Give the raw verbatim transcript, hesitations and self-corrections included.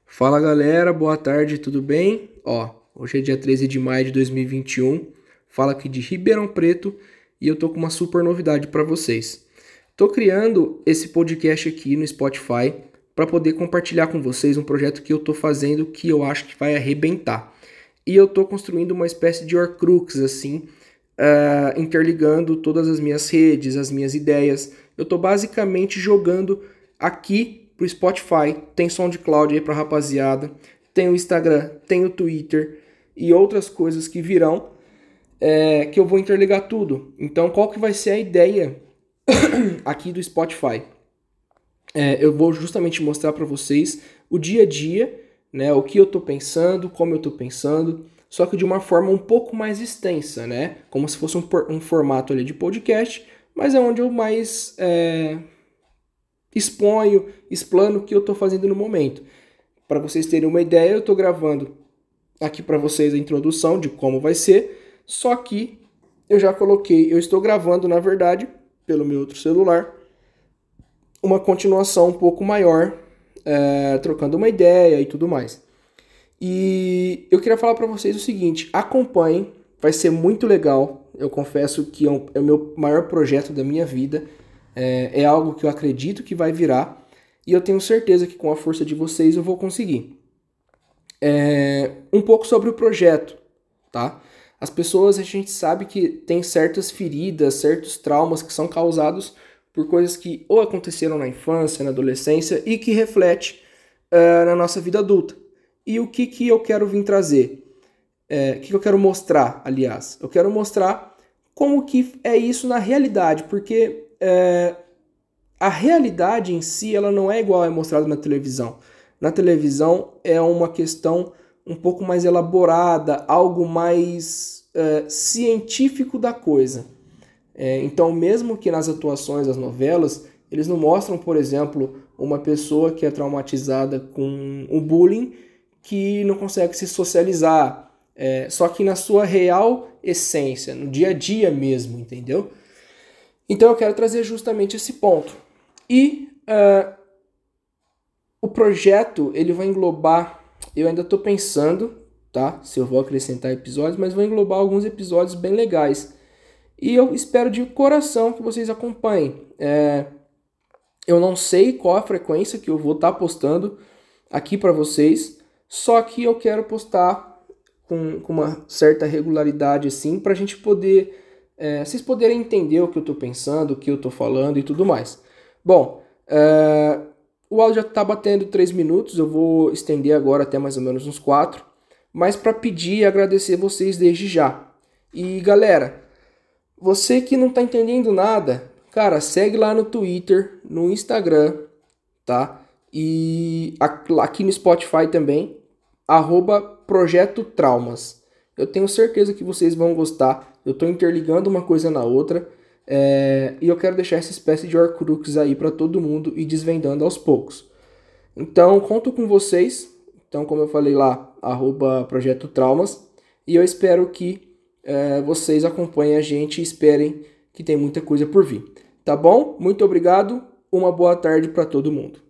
Fala galera, boa tarde, tudo bem? Ó, hoje é dia treze de maio de dois mil e vinte e um, fala aqui de Ribeirão Preto e eu tô com uma super novidade para vocês. Tô criando esse podcast aqui no Spotify para poder compartilhar com vocês um projeto que eu tô fazendo que eu acho que vai arrebentar. E eu tô construindo uma espécie de Horcrux assim, uh, interligando todas as minhas redes, as minhas ideias. Eu tô basicamente jogando aqui pro Spotify, tem SoundCloud aí pra rapaziada, tem o Instagram, tem o Twitter e outras coisas que virão, é, que eu vou interligar tudo. Então qual que vai ser a ideia aqui do Spotify? É, eu vou justamente mostrar para vocês o dia a dia, né, o que eu tô pensando, como eu tô pensando, só que de uma forma um pouco mais extensa, né, como se fosse um, um formato ali de podcast, mas é onde eu mais... É, exponho, explano o que eu estou fazendo no momento. Para vocês terem uma ideia, eu estou gravando aqui para vocês a introdução de como vai ser, só que eu já coloquei, eu estou gravando, na verdade, pelo meu outro celular, uma continuação um pouco maior, é, trocando uma ideia e tudo mais. E eu queria falar para vocês o seguinte, acompanhem, vai ser muito legal, eu confesso que é, um, é o meu maior projeto da minha vida, é, é algo que eu acredito que vai virar e eu tenho certeza que com a força de vocês eu vou conseguir. É, um pouco sobre o projeto, tá? As pessoas, a gente sabe que tem certas feridas, certos traumas que são causados por coisas que ou aconteceram na infância, na adolescência e que reflete uh, na nossa vida adulta. E o que, que eu quero vir trazer? É, o que, que eu quero mostrar, aliás? Eu quero mostrar como que é isso na realidade, porque é, a realidade em si ela não é igual é mostrada na televisão. Na televisão é uma questão um pouco mais elaborada, algo mais é, científico da coisa. É, então, mesmo que nas atuações das novelas, eles não mostram, por exemplo, uma pessoa que é traumatizada com o bullying que não consegue se socializar, é, só que na sua real essência, no dia a dia mesmo, entendeu? Então eu quero trazer justamente esse ponto. E uh, o projeto ele vai englobar, eu ainda estou pensando, tá? Se eu vou acrescentar episódios, mas vou englobar alguns episódios bem legais. E eu espero de coração que vocês acompanhem. É, eu não sei qual a frequência que eu vou estar tá postando aqui para vocês, só que eu quero postar com, com uma certa regularidade assim, para a gente poder, é, vocês poderem entender o que eu estou pensando, o que eu estou falando e tudo mais. Bom, é, o áudio já está batendo três minutos, eu vou estender agora até mais ou menos uns quatro, mas para pedir e agradecer vocês desde já. E galera, você que não está entendendo nada, cara, segue lá no Twitter, no Instagram, tá? E aqui no Spotify também, arroba Projeto Traumas. Eu tenho certeza que vocês vão gostar. Eu estou interligando uma coisa na outra. É, e eu quero deixar essa espécie de Horcrux aí para todo mundo e desvendando aos poucos. Então, conto com vocês. Então, como eu falei lá, arroba Projeto Traumas. E eu espero que é, vocês acompanhem a gente e esperem que tem muita coisa por vir. Tá bom? Muito obrigado. Uma boa tarde para todo mundo.